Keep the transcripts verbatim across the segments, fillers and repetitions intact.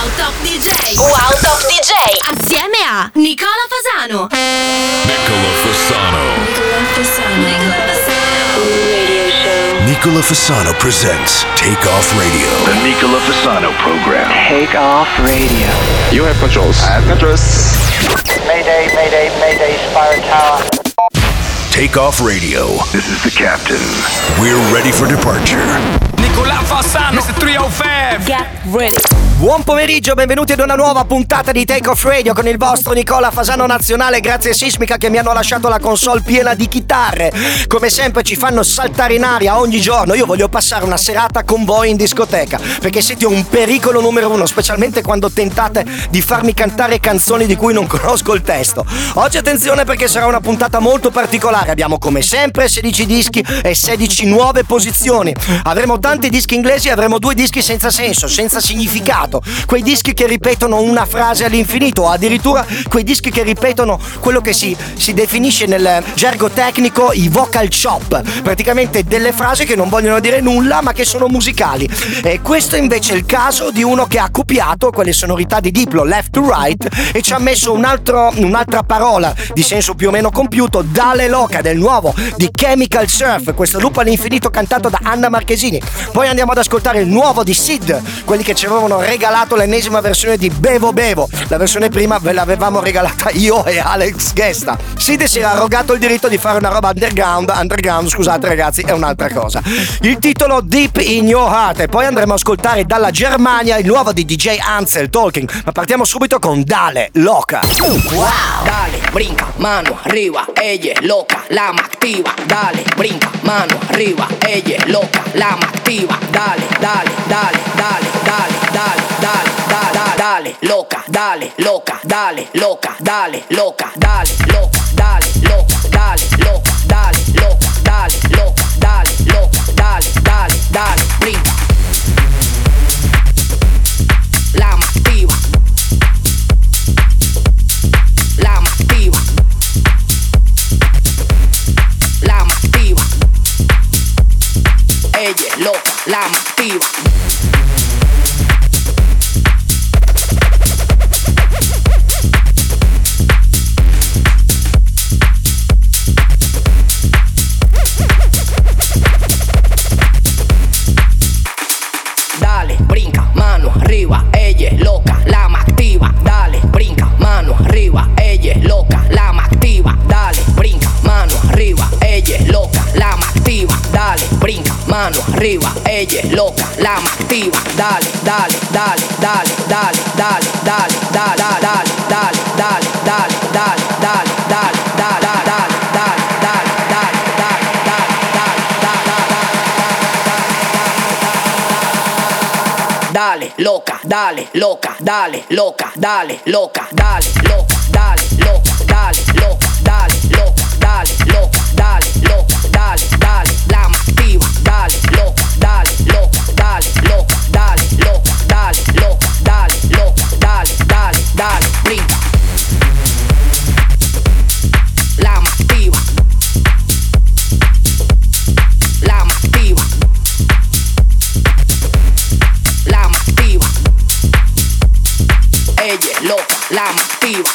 Wow Top D J. Wow Top D J. Assieme a Nicola Fasano. Nicola Fasano. Nicola Fasano. Nicola Fasano. Radio show. Nicola Fasano presents Take Off Radio. The Nicola Fasano program. Take Off Radio. You have controls. I have controls. Mayday, mayday, mayday, Spire Tower. Take Off Radio. This is the captain. We're ready for departure. Nicola Fasano, mister trecentocinque. Get ready. Buon pomeriggio, benvenuti ad una nuova puntata di Take Off Radio con il vostro Nicola Fasano nazionale. Grazie Sismica che mi hanno lasciato la console piena di chitarre. Come sempre ci fanno saltare in aria ogni giorno. Io voglio passare una serata con voi in discoteca perché siete un pericolo numero uno, specialmente quando tentate di farmi cantare canzoni di cui non conosco il testo. Oggi attenzione perché sarà una puntata molto particolare. Abbiamo come sempre sedici dischi e sedici nuove posizioni. Avremo tanti dischi inglesi e avremo due dischi senza senso, senza significato. Quei dischi che ripetono una frase all'infinito o addirittura quei dischi che ripetono quello che si, si definisce nel gergo tecnico i vocal chop, praticamente delle frasi che non vogliono dire nulla ma che sono musicali. E questo invece è il caso di uno che ha copiato quelle sonorità di Diplo, left to right, e ci ha messo un altro, un'altra parola di senso più o meno compiuto, Dale Loca, del nuovo di Chemical Surf, questo loop all'infinito cantato da Anna Marchesini. Poi andiamo ad ascoltare il nuovo di Sid, quelli che ci avevano regalato l'ennesima versione di Bevo Bevo. La versione prima ve l'avevamo regalata io e Alex Gesta. Sid si era arrogato il diritto di fare una roba underground, underground, scusate ragazzi, è un'altra cosa. Il titolo Deep in Your Heart, e poi andremo a ascoltare dalla Germania il nuovo di D J Ansel, Talking, ma partiamo subito con Dale Loca. Wow. Dale, brinca, mano arriba, ella es loca, la más activa. Dale, brinca, mano arriba, ella es loca, la más activa. Dale, dale, dale, dale, dale, dale, dale, dale, dale, loca, dale, loca, dale, loca, dale, loca, dale, loca, dale, loca, dale, loca, dale, loca, dale, loca, dale, loca, dale, dale, dale, brinca. La más activa. La más activa. La más activa. Ella es loca, la más activa. Dale, brinca, mano arriba, ella es loca, la más activa. Dale, brinca, mano arriba, ella es loca, la más activa. Dale, brinca, mano arriba, ella es loca, la más activa. Dale, brinca, mano arriba, ella es loca, la más activa. Dale, dale, dale, dale, dale, dale, dale, dale, dale, dale, dale, dale, dale, dale, dale, dale, dale. Dale, loca, dale, loca, dale, loca, dale, loca, dale, loca, dale, loca, dale, loca, dale, loca, dale, loca, dale, loca, dale, dale, la más activa. Dale, loca, dale, loca, dale, loca, dale, loca, dale, loca, dale, loca, dale, dale, dale, brinca. La más activa. La más activa. La más activa. Ella es loca, la más activa.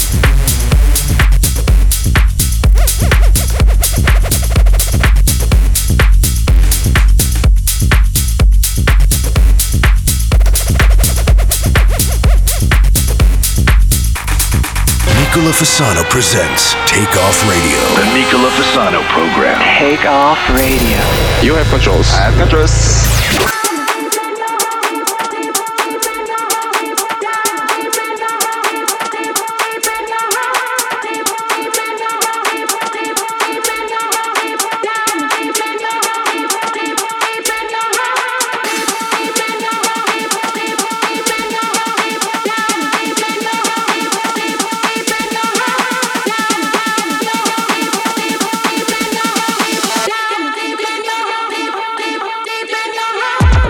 Nicola Fasano presents Take Off Radio. The Nicola Fasano program. Take Off Radio. You have controls. I have controls. Deep in your heart.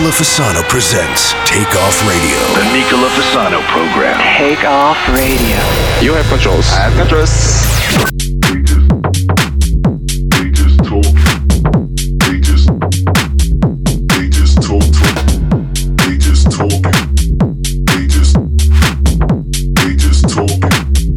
Nicola Fasano presents Take Off Radio. The Nicola Fasano program. Take off radio. You have controls. I have controls. They just talk. They just, they just talk, talk. They just talking. They just, they just talking.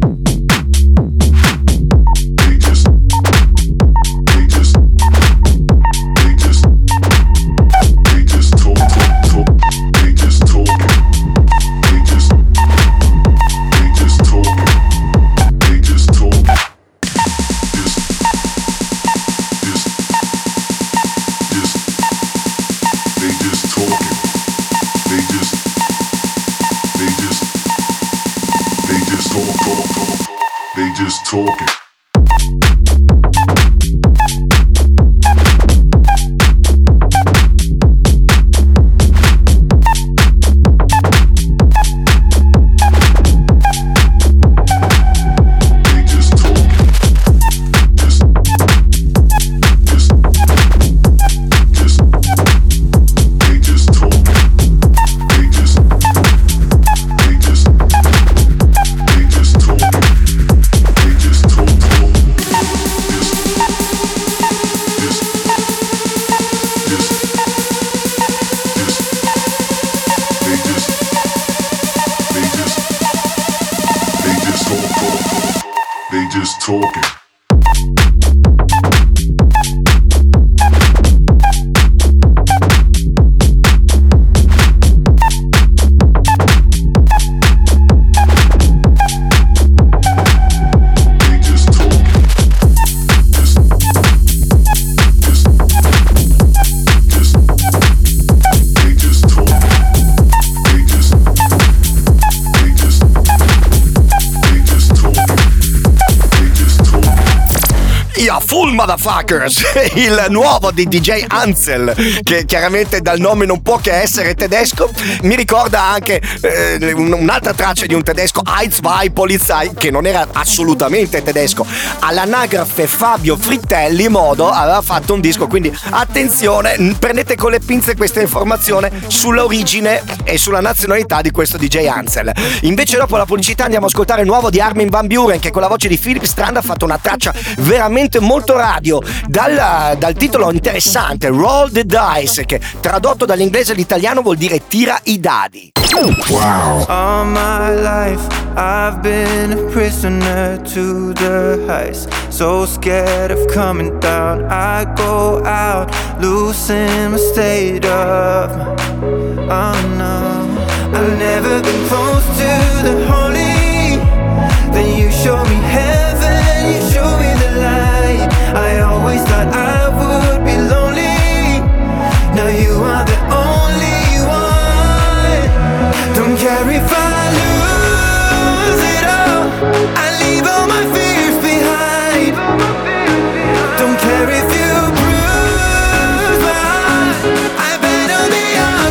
They just, they just, they just, they just talk, talk, talk. They just talking. They just, they just talking. They just talking. They just talking. They just, they just, they just talk, talk, talk. They just talking. They just talking. Full Motherfuckers, il nuovo di D J Hansel, che chiaramente dal nome non può che essere tedesco. Mi ricorda anche eh, un'altra traccia di un tedesco, Eins, zwei, Polizei, che non era assolutamente tedesco. All'anagrafe Fabio Frittelli Modo aveva fatto un disco, quindi attenzione, prendete con le pinze questa informazione sull'origine e sulla nazionalità di questo D J Hansel. Invece dopo la pubblicità andiamo a ascoltare il nuovo di Armin van Buuren, che con la voce di Philip Strand ha fatto una traccia veramente molto radio, dal, dal titolo interessante Roll the Dice, che tradotto dall'inglese all'italiano vuol dire tira i dadi. Wow. All my life I've been a prisoner to the heights, so scared of coming down. I go out losing my state of mind. Oh no, I've never been close to the holy. Then you show me heaven, you show me the light. I always thought I would be lonely. Now you are the only one. Don't care if I lose it all, I leave all my fears behind. Don't care if you bruise my heart, I battle the odds.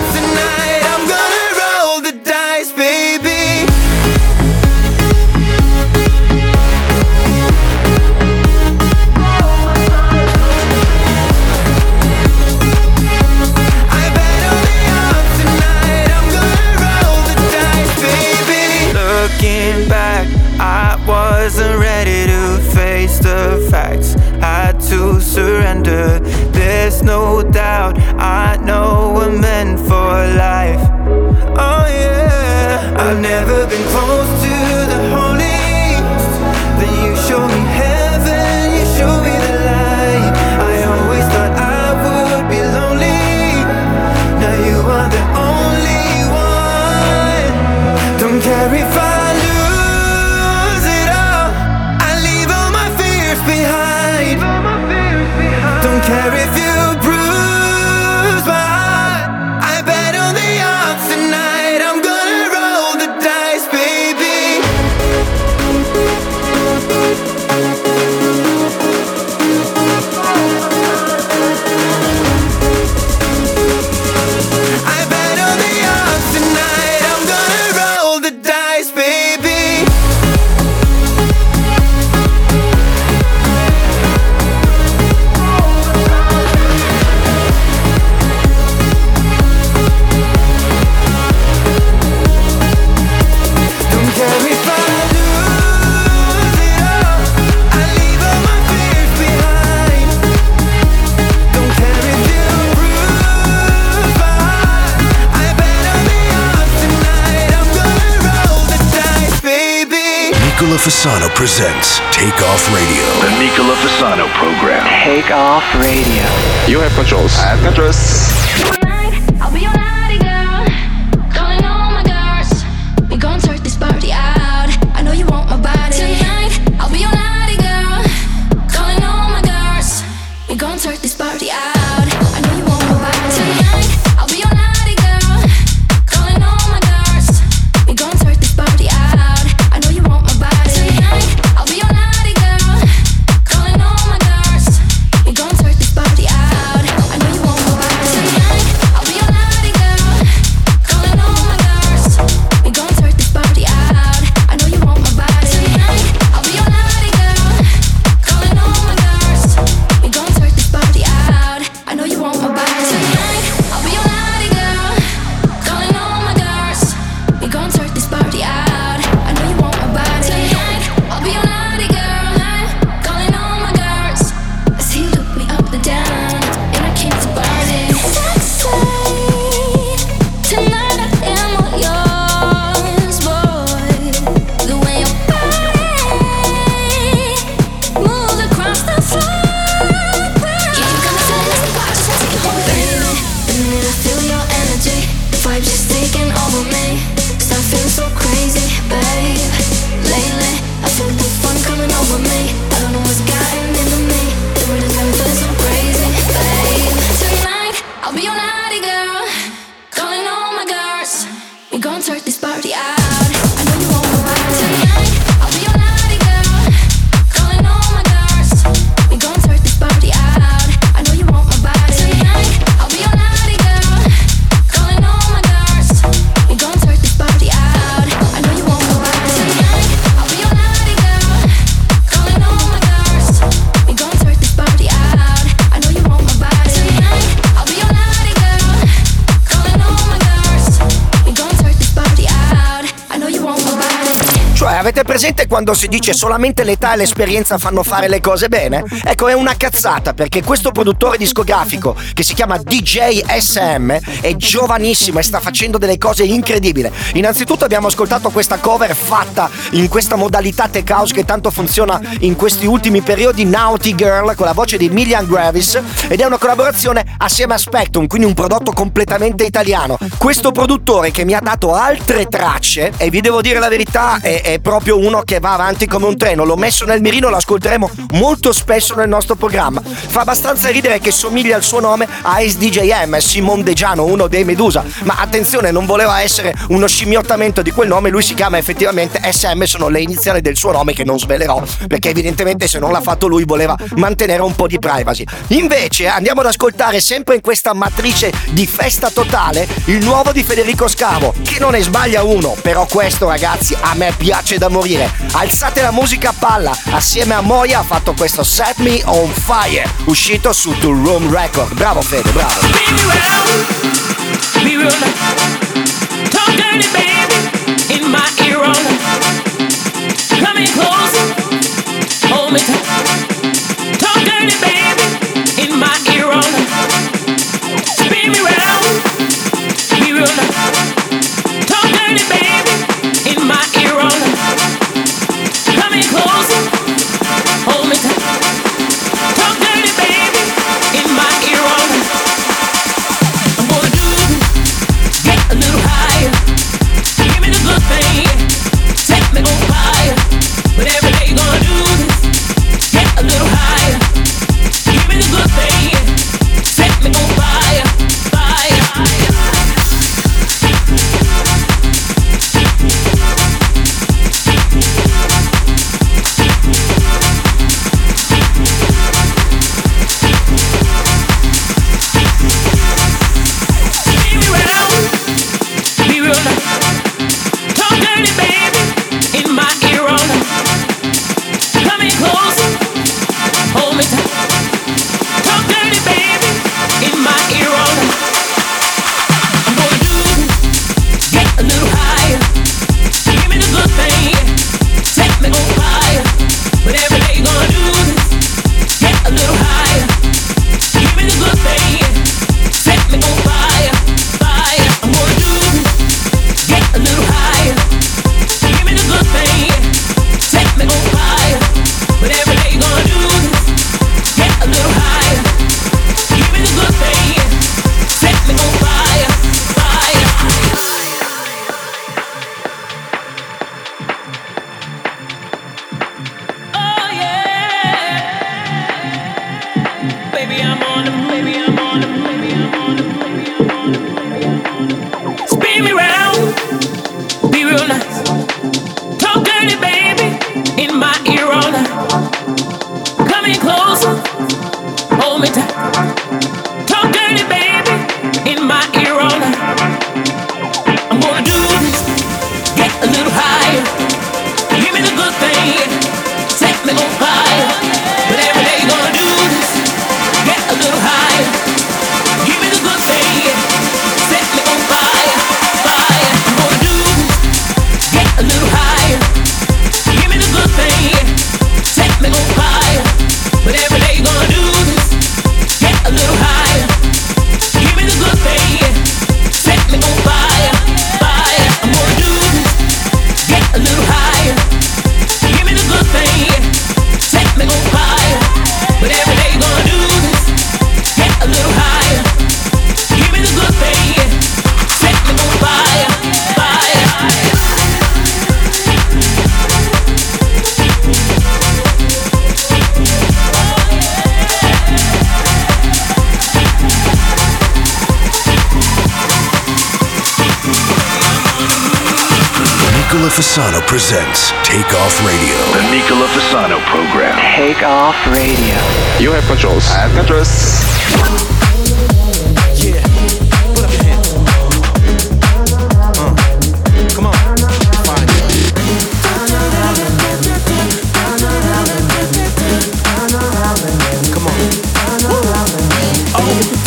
Nicola Fasano presents Take Off Radio. The Nicola Fasano program. Take off radio. You have controls. I have controls. I'll be your naughty girl, calling all my girls. We gon' turn this party out. I know you want my body. Tonight, I'll be your naughty girl, calling all my girls. We gon' turn this party out. I know you want my body. Tonight, I'll be your naughty girl, calling all my girls. We gon' turn this party out. I know you want my body. Tonight, I'll be your naughty girl, calling all my girls. We gon' turn this party out. I know you want my body. Tonight, I'll be your naughty girl, calling all my girls. We gon' turn this party out. I know you want my body. Tonight, I'll be your naughty girl, calling all my girls. We gon' turn this party out. I know you want my body. Tonight, I'll be your naughty girl, calling all my girls. We gon' turn this party out. I know you want my body. Tonight, I'll be your naughty girl, calling all my girls. As he looked me up and down, and I came to party. Sexy, tonight I am all yours, boy. The way your body moves across the floor. Yeah, you got me feeling this, but I just want to take it home, baby. The minute I feel your energy, the vibe's just taking over me. Start feeling so crazy, babe. Lately, I feel the fun coming over me. I don't know what's gotten into me. The rhythm's got me feeling so crazy, babe. Tonight, I'll be your naughty girl, calling all my girls. We gon' turn this party out. I know you want my body. Tonight, I'll be your naughty girl, calling all my girls. We gon' turn this party out. I know you want my body. Tonight, I'll be your naughty girl, calling all my girls. We gon' turn this party out. I know you want my body. Tonight, I'll be your naughty girl, calling all my girls. We gon' turn this party out. I know you want my body. Tonight, I'll be your naughty girl, calling all my girls. We gon' turn this party out. I know you want my body. Cioè, avete presente quando si dice solamente l'età e l'esperienza fanno fare le cose bene? Ecco, è una cazzata, perché questo produttore discografico che si chiama D J S M è giovanissimo e sta facendo delle cose incredibili. Innanzitutto abbiamo ascoltato questa cover fatta in questa modalità tech house che tanto funziona in questi ultimi periodi, Naughty Girl, con la voce di Millian Gravis, ed è una collaborazione assieme a Spectrum, quindi un prodotto completamente italiano. Questo produttore che mi ha dato altre tracce, e vi devo dire la verità, è, è proprio uno che va avanti come un treno. L'ho messo nel mirino, lo ascolteremo molto spesso nel nostro programma. Fa abbastanza ridere che somiglia al suo nome a S D J M, Simon De Giano, uno dei Medusa, ma attenzione, non voleva essere uno scimmiottamento di quel nome, lui si chiama effettivamente S M, sono le iniziali del suo nome che non svelerò, perché evidentemente se non l'ha fatto lui voleva mantenere un po' di privacy. Invece andiamo ad ascoltare, sempre in questa matrice di festa totale, il nuovo di Federico Scavo, che non ne sbaglia uno, però questo, ragazzi, a me piace da morire. Alzate la musica a palla, assieme a Moya ha fatto questo Set Me On Fire, uscito su Two Room Record. Bravo Fede, bravo. Be real, talk dirty, baby, in my ear roll. Come in close, hold me tight. Talk dirty, baby, in my ear roll. Spin me round, be real, talk dirty, baby, in my ear roll. Come in close, hold me tight. Talk dirty, baby, in my ear roll. I'm gonna Spin me round, be real nice. Talk dirty, baby, in my ear all night. Come in closer, hold me tight. Talk dirty, baby, in my ear all night. I'm gonna do this, get a little higher. Give me the good thing, set me on fire. But every day gonna do this, get a little higher. Give me the good thing, set me on fire, fire. I'm gonna do this, get a little higher. Give me the good thing, set me on fire. But every day gonna do this, get a little higher. Give me the good thing, set me on fire, fire. I'm gonna do this, get a little higher. Give me the good thing, set me on fire. But every day gonna do this, get a little higher. Give me the good thing, set me on fire, fire. Nicola Fasano presents Take Off Radio. The Nicola Fasano program. Take Off Radio. You have controls. I have controls. Yeah, put up your hands. Uh, come on, find it. Come on. Oh.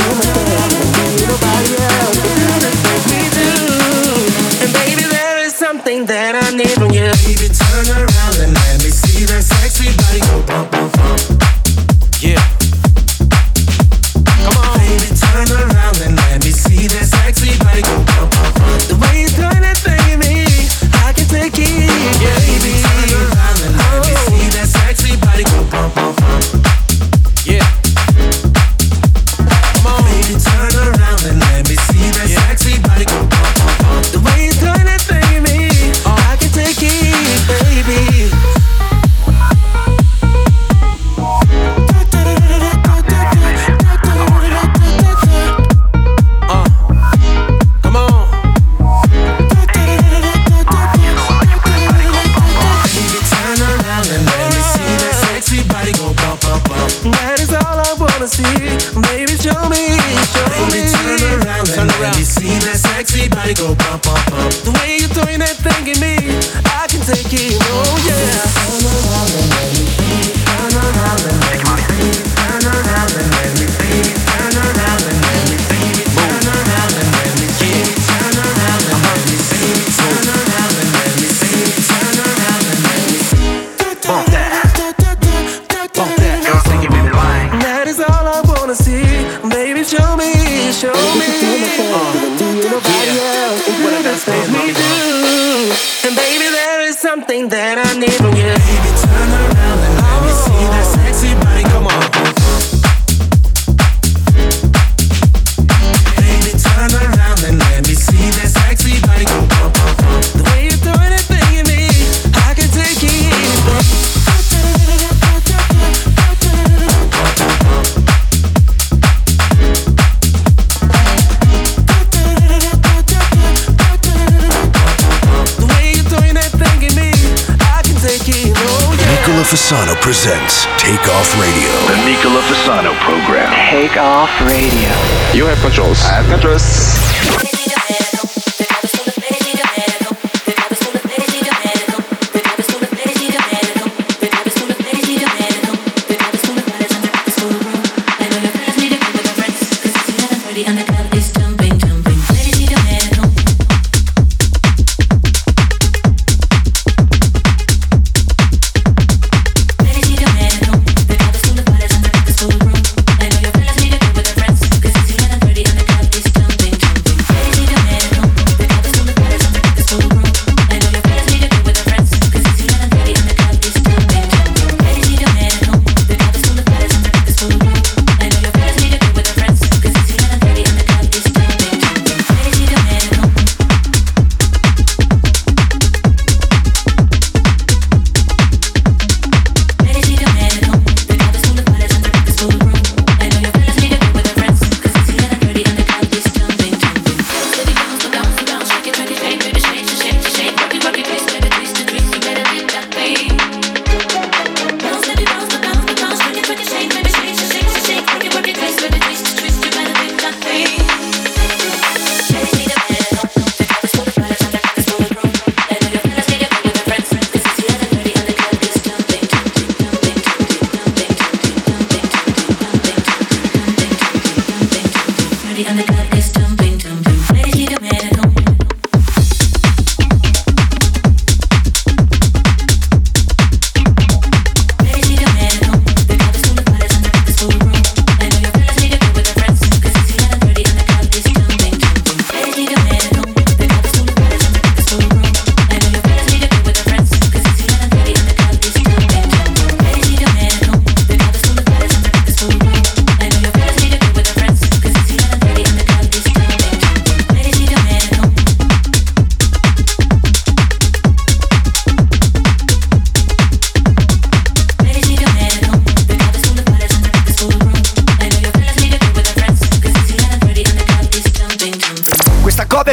And baby, there is something that I need from you. Baby, turn around and let me see that sexy body go bump, bump, bump. Yeah. Come on. Baby, turn around and let me see that sexy body go bump, bump, bump. The way you turn that thing in me, I can take it. Yeah, baby, turn around and let me see that sexy body go bump, bump, bump. Yeah. Come on. Baby, turn around and let me see that Yeah. sexy body go bump, bump, bump. The way you turn that thing in me, I can take it, baby. Uh, come on. Baby, turn around and let me see that sexy body go bump, bump, bump. That is all I wanna see. Baby, show me, show Baby, me. turn around and Turn let around. me see that sexy body go bump, bump, bump. The way you doing that thing in me, I can take it, oh yeah. Turn around and let me see. Turn around and let me see. Turn around and let me see. Turn around and let me see. Turn around and let me see. Turn around and let me see. Turn around and let me see. Turn around and let me see. Bump that. Bump that. Girl, take it, baby, line. That is all I wanna see. Baby, show me, show me. What I gotta stand, mommy, do. And baby, there is something that I need from you. Baby, turn around and let me see that sexy body go bump, bump, bump. Baby, turn around and let me see that sexy body go bump, bump, bump. The way you doing that thing in me, I can take it. The way you doing that thing in me, I can take it. Oh yeah. Nicola Fasano presents Take Off Radio. The Nicola Fasano program. Take Off Radio. You have controls. I have controls.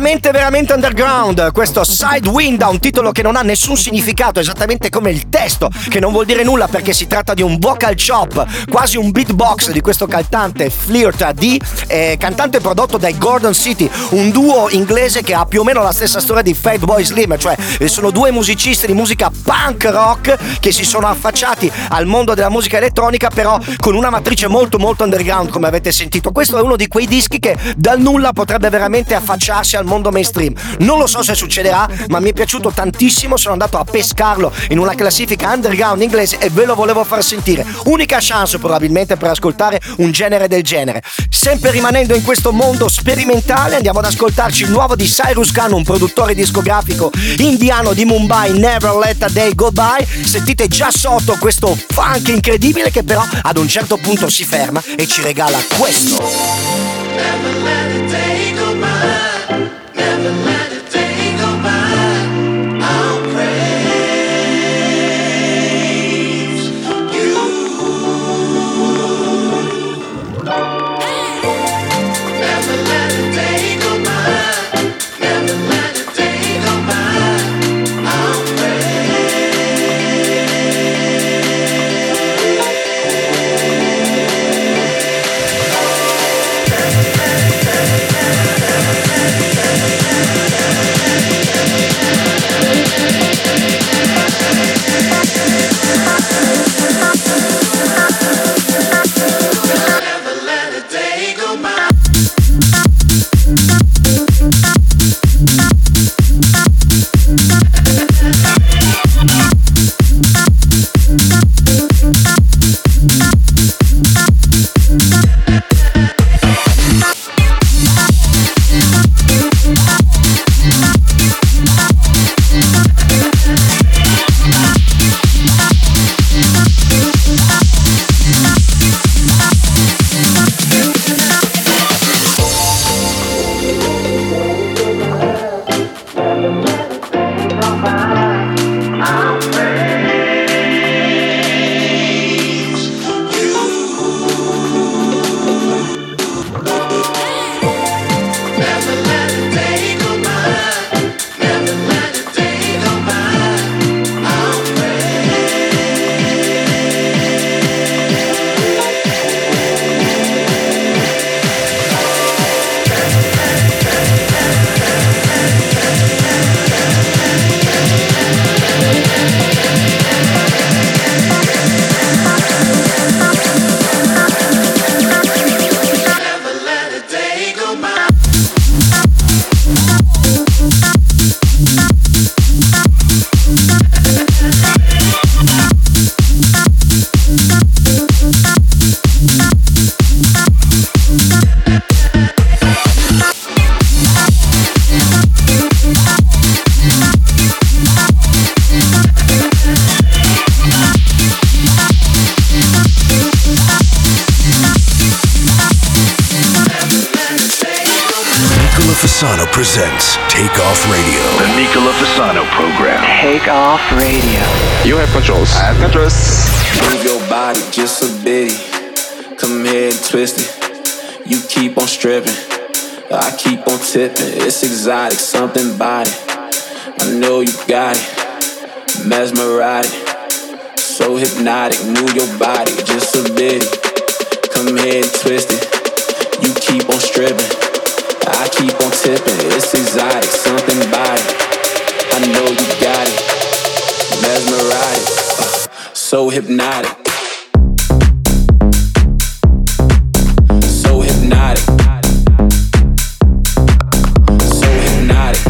veramente veramente underground. Questo Sidewind ha un titolo che non ha nessun significato, esattamente come il testo, che non vuol dire nulla perché si tratta di un vocal chop, quasi un beatbox di questo cantante Flirt D, eh, cantante prodotto dai Gordon City, un duo inglese che ha più o meno la stessa storia di Fatboy Slim, cioè sono due musicisti di musica punk rock che si sono affacciati al mondo della musica elettronica, però con una matrice molto molto underground, come avete sentito. Questo è uno di quei dischi che dal nulla potrebbe veramente affacciarsi al mondo mainstream. Non lo so se succederà, ma mi è piaciuto tantissimo, sono andato a pescarlo in una classifica underground inglese e ve lo volevo far sentire. Unica chance probabilmente per ascoltare un genere del genere. Sempre rimanendo in questo mondo sperimentale, andiamo ad ascoltarci il nuovo di Cyrus Khan, un produttore discografico indiano di Mumbai, Never Let a Day Go By. Sentite già sotto questo funk incredibile che però ad un certo punto si ferma e ci regala questo. Never let a day go by. Never let a day go by. I'll praise you. Never let a day go by. Never let a day go by. I'll Fasano presents Take Off Radio. The Nicola Fasano program. Take Off Radio. You have controls. I have controls. Move your body just a bitty. Come here and twist it. You keep on stripping. I keep on tipping. It's exotic, something body. I know you got it. Mesmerizing. So hypnotic. Move your body just a bitty. Come here and twist it. You keep on stripping. I keep on tipping, it's exotic, something body. I know you got it, mesmerized, uh, so hypnotic. So hypnotic. So hypnotic.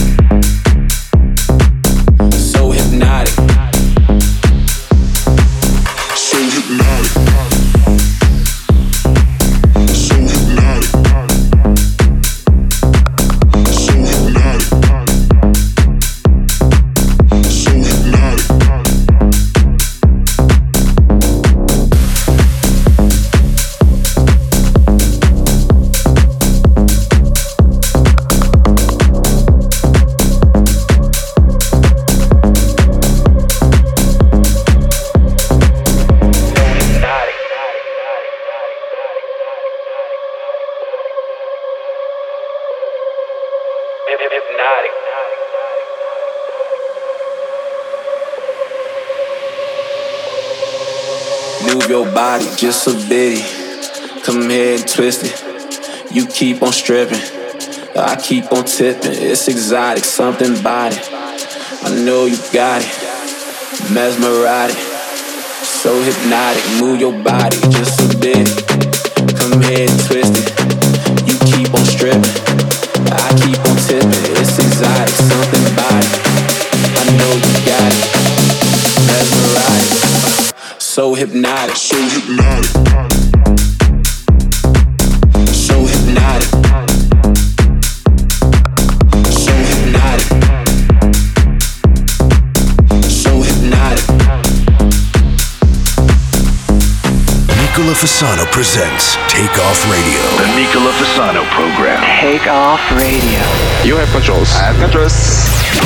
So hypnotic. So hypnotic. move your body just a bitty. Come here and twist it. You keep on stripping, I keep on tipping. It's exotic, something about it. I know you got it, mesmeric, so hypnotic. Move your body just a bit. Come here and twist it. You keep on stripping, I keep on tipping. It's exotic, something about it. I know you got it, mesmeric, so hypnotic, so hypnotic. Nicola Fasano presents Take Off Radio. The Nicola Fasano program. Take Off Radio. You have controls. I have controls.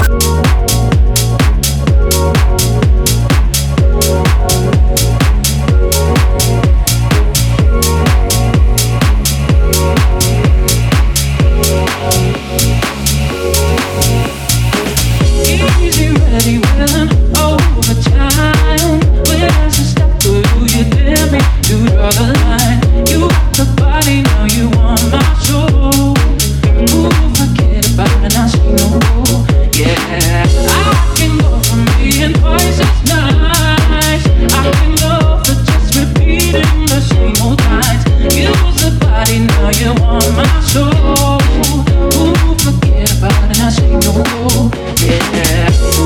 Easy, ready, willing, overtime. When I stop, will you dare me to draw the line? You got the body, now you want my soul. Ooh, forget about it, I see no more. Yeah, I can go from being twice as nice. I can go for just repeating the same old lines. You was the body, now you want my soul. Ooh, forget about it, I see no more. Yeah.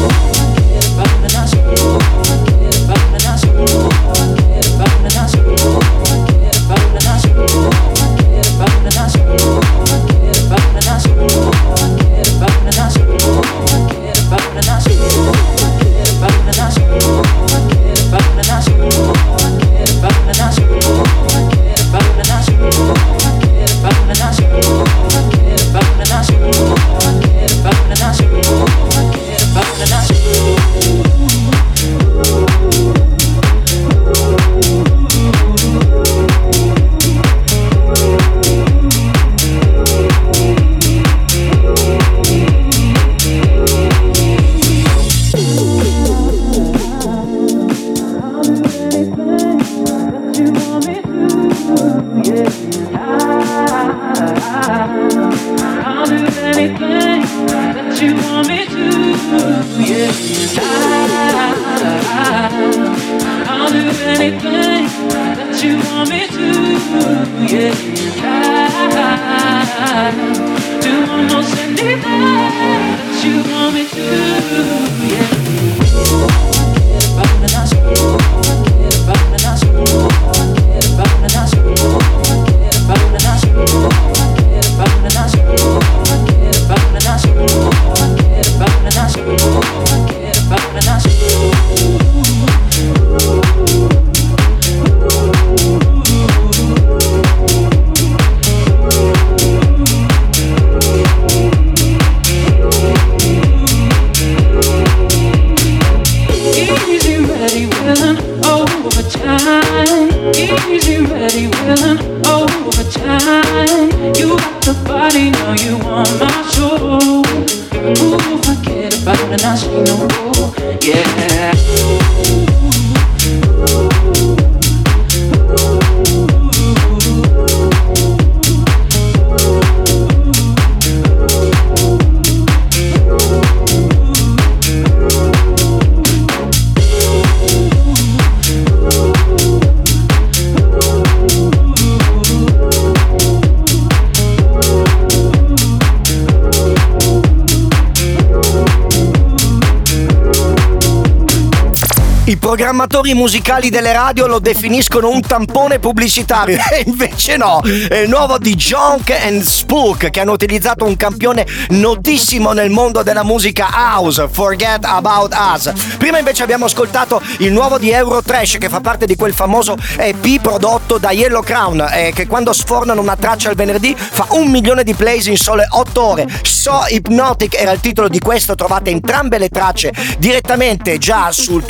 I programmatori musicali delle radio lo definiscono un tampone pubblicitario e invece no, è il nuovo di Junk and Spook, che hanno utilizzato un campione notissimo nel mondo della musica house, Forget About Us. Prima invece abbiamo ascoltato il nuovo di Eurotrash, che fa parte di quel famoso E P prodotto da Yellow Crown, eh, che quando sfornano una traccia il venerdì fa un milione di plays in sole otto ore. So Hypnotic era il titolo di questo, trovate entrambe le tracce direttamente già su tutti gli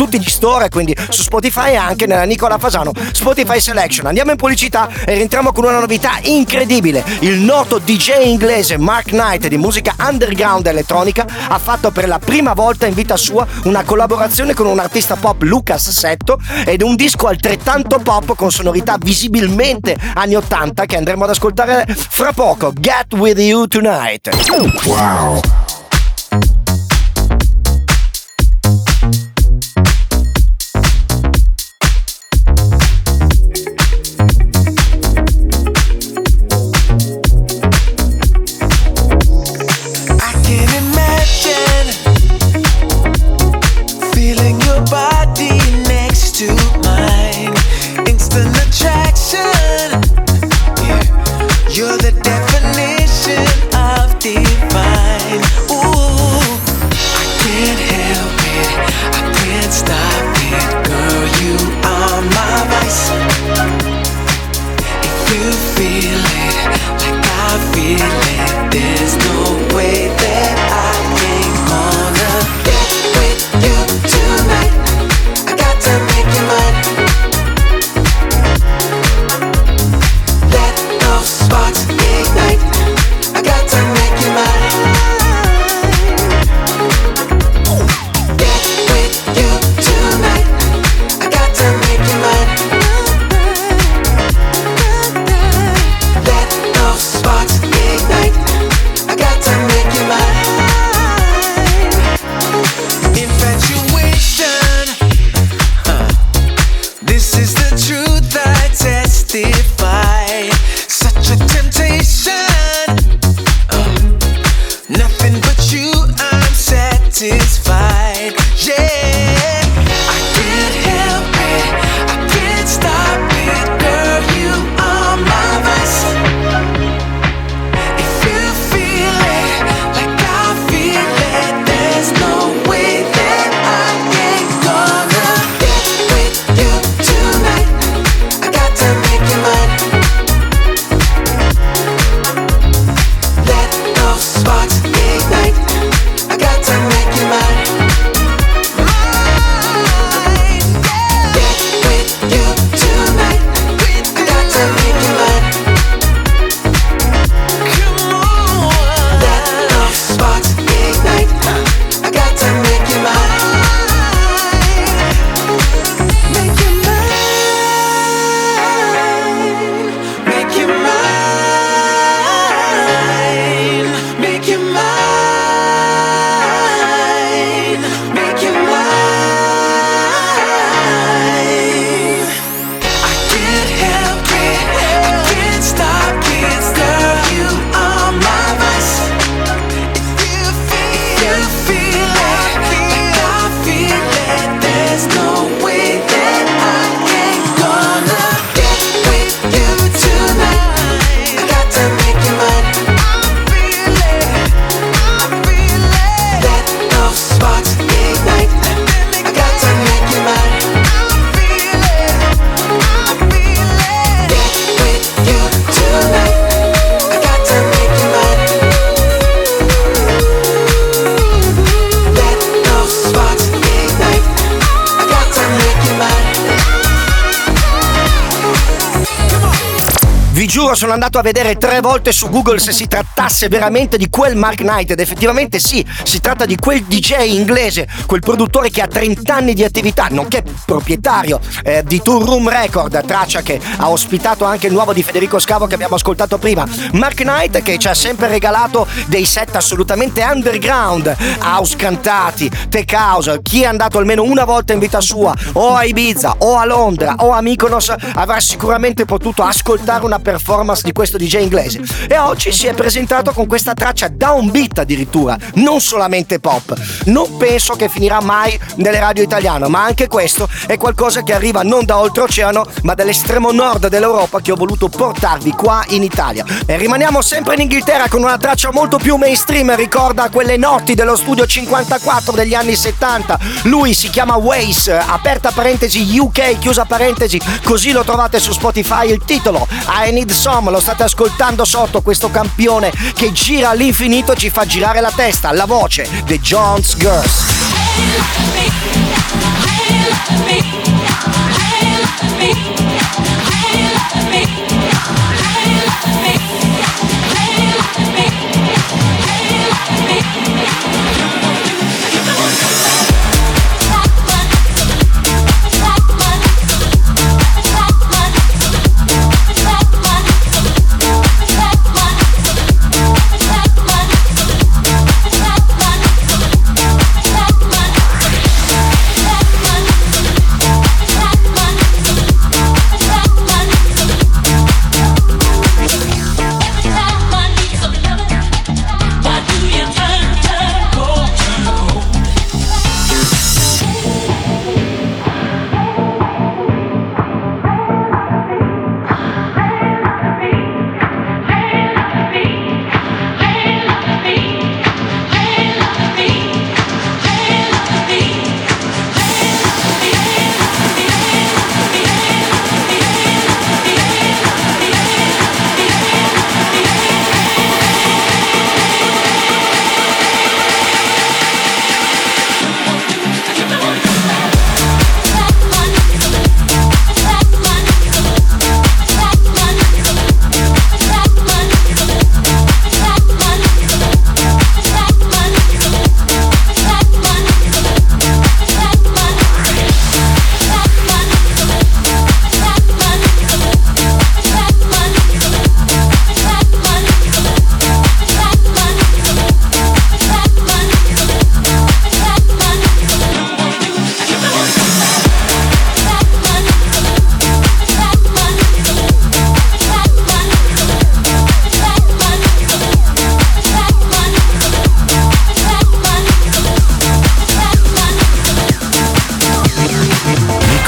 Store, quindi su Spotify e anche nella Nicola Fasano Spotify Selection. Andiamo in pubblicità e rientriamo con una novità incredibile. Il noto D J inglese Mark Knight di musica underground elettronica ha fatto per la prima volta in vita sua una collaborazione con un artista pop, Lucas Setto, ed un disco altrettanto pop con sonorità visibilmente anni ottanta che andremo ad ascoltare fra poco. Get With You Tonight. Wow. You're the definition of divine. Ooh, I can't help it, I can't stop it. Girl, you are my vice. If you feel it like I feel it, there's no way that I ain't gonna get with you tonight. I got to make you mine. Sparks ignite. I got to make you mine. Get with you tonight. I got to make you mine. Let those sparks ignite. I got to make you mine. Infatuation, huh. This is the truth I testify. Such a temptation, uh, nothing but you, I'm satisfied. Yeah, I can't help it, I can't stop it. Girl, you are my vice. If you feel it like I feel it, there's no way that I ain't gonna get with you tonight. I got to make you mine. Sparks ignite. I got to make you mine. Mine, yeah. Get with you tonight. With I got to make you mine. Come on. Let those sparks ignite. I got to make you mine. Make you mine. Make you mine. Make you mine, make you mine. I can't help it, I can't stop it. Girl, you are my vice. If you feel, if you feel it like I feel it, there's no way that I ain't gonna get with you tonight. I got to make you mine. Sparks ignite. I got to make you mine. Get with you tonight. I got to make you mine. Let those sparks ignite. I got to make you mine. Vi giuro, sono andato a vedere tre volte su Google se si trattasse veramente di quel Mark Knight, ed effettivamente sì, si tratta di quel D J inglese, quel produttore che ha trenta anni di attività, nonché proprietario eh, di Tour Room Record, traccia che ha ospitato anche il nuovo di Federico Scavo che abbiamo ascoltato prima. Mark Knight che ci ha sempre regalato dei set assolutamente underground, house cantati, tech house. Chi è andato almeno una volta in vita sua o a Ibiza o a Londra o a Mykonos avrà sicuramente potuto ascoltare una performance di questo D J inglese, e oggi si è presentato con questa traccia downbeat addirittura, non solamente pop. Non penso che finirà mai nelle radio italiane, ma anche questo è qualcosa che arriva non da oltreoceano ma dall'estremo nord dell'Europa, che ho voluto portarvi qua in Italia. E rimaniamo sempre in Inghilterra con una traccia molto più mainstream, ricorda quelle notti dello studio cinquantaquattro degli anni settanta. Lui si chiama Waze, aperta parentesi U K, chiusa parentesi, così lo trovate su Spotify. Il titolo I Need Some, lo state ascoltando sotto, questo campione che gira all'infinito, ci fa girare la testa, la voce The Jones Girls.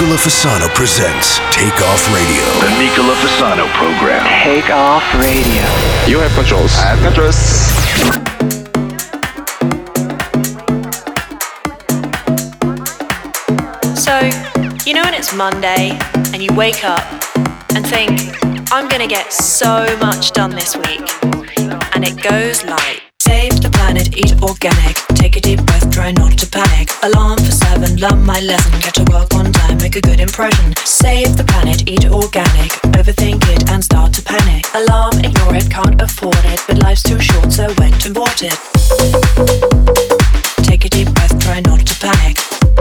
Nicola Fasano presents Take Off Radio. The Nicola Fasano program. Take Off Radio. You have controls. I have controls. So, you know when it's Monday and you wake up and think, I'm gonna get so much done this week. And it goes like, save the planet, eat organic, take a deep breath, try not to panic. Alarm for seven, learn my lesson, get to work on time, make a good impression. Save the planet, eat organic, overthink it and start to panic. Alarm, ignore it, can't afford it, but life's too short, so went and bought it. Take a deep breath, try not to panic.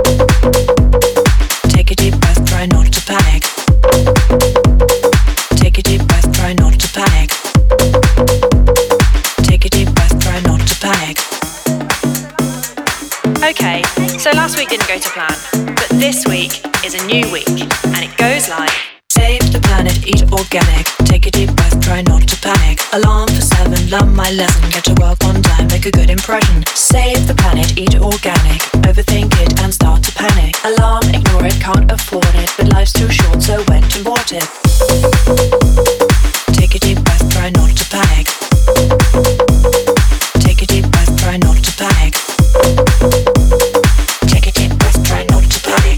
Take a deep breath, try not to panic. Take a deep breath, try not to panic. Take a deep breath, try not to panic. Okay, so last week didn't go to plan, but this week is a new week, and it goes like, save the planet, eat organic, take a deep breath, try not to panic. Alarm for seven, learn my lesson, get to work on time, make a good impression. Save the planet, eat organic, overthink it and start to panic. Alarm, ignore it, can't afford it, but life's too short, so went and bought it. Take a deep breath, try not to panic. Take a deep breath, try not to panic. Take a deep breath, try not to panic.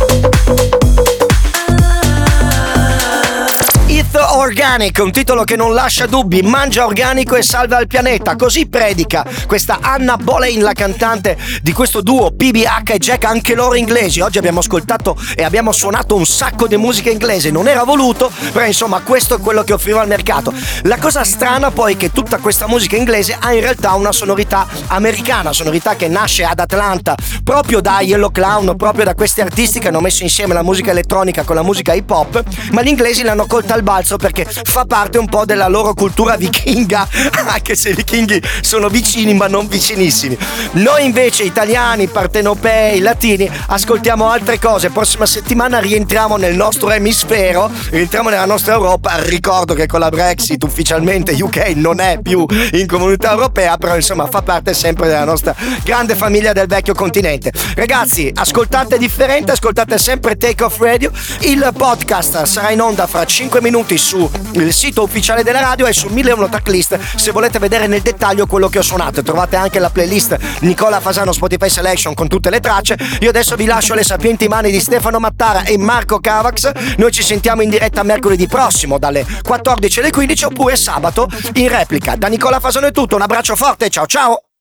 Eat Organic, un titolo che non lascia dubbi, mangia organico e salva il pianeta, così predica questa Anna Boleyn, la cantante di questo duo P B H e Jack, anche loro inglesi. Oggi abbiamo ascoltato e abbiamo suonato un sacco di musica inglese, non era voluto, però insomma questo è quello che offriva al mercato. La cosa strana poi è che tutta questa musica inglese ha in realtà una sonorità americana, sonorità che nasce ad Atlanta proprio da Yellow Clown, proprio da questi artisti che hanno messo insieme la musica elettronica con la musica hip hop, ma gli inglesi l'hanno colta al balzo perché fa parte un po' della loro cultura vichinga, anche se i vichinghi sono vicini ma non vicinissimi. Noi invece italiani, partenopei, latini ascoltiamo altre cose. Prossima settimana rientriamo nel nostro emisfero, rientriamo nella nostra Europa. Ricordo che con la Brexit ufficialmente U K non è più in comunità europea, però insomma fa parte sempre della nostra grande famiglia del vecchio continente. Ragazzi, ascoltate differente, ascoltate sempre Take Off Radio. Il podcast sarà in onda fra cinque minuti sul sito ufficiale della radio e su mille e uno Tracklist se volete vedere nel dettaglio quello che ho suonato. Trovate anche la playlist Nicola Fasano Spotify Selection con tutte le tracce. Io adesso vi lascio alle sapienti mani di Stefano Mattara e Marco Cavax. Noi ci sentiamo in diretta mercoledì prossimo dalle quattordici alle quindici oppure sabato in replica. Da Nicola Fasano è tutto, un abbraccio forte, ciao ciao!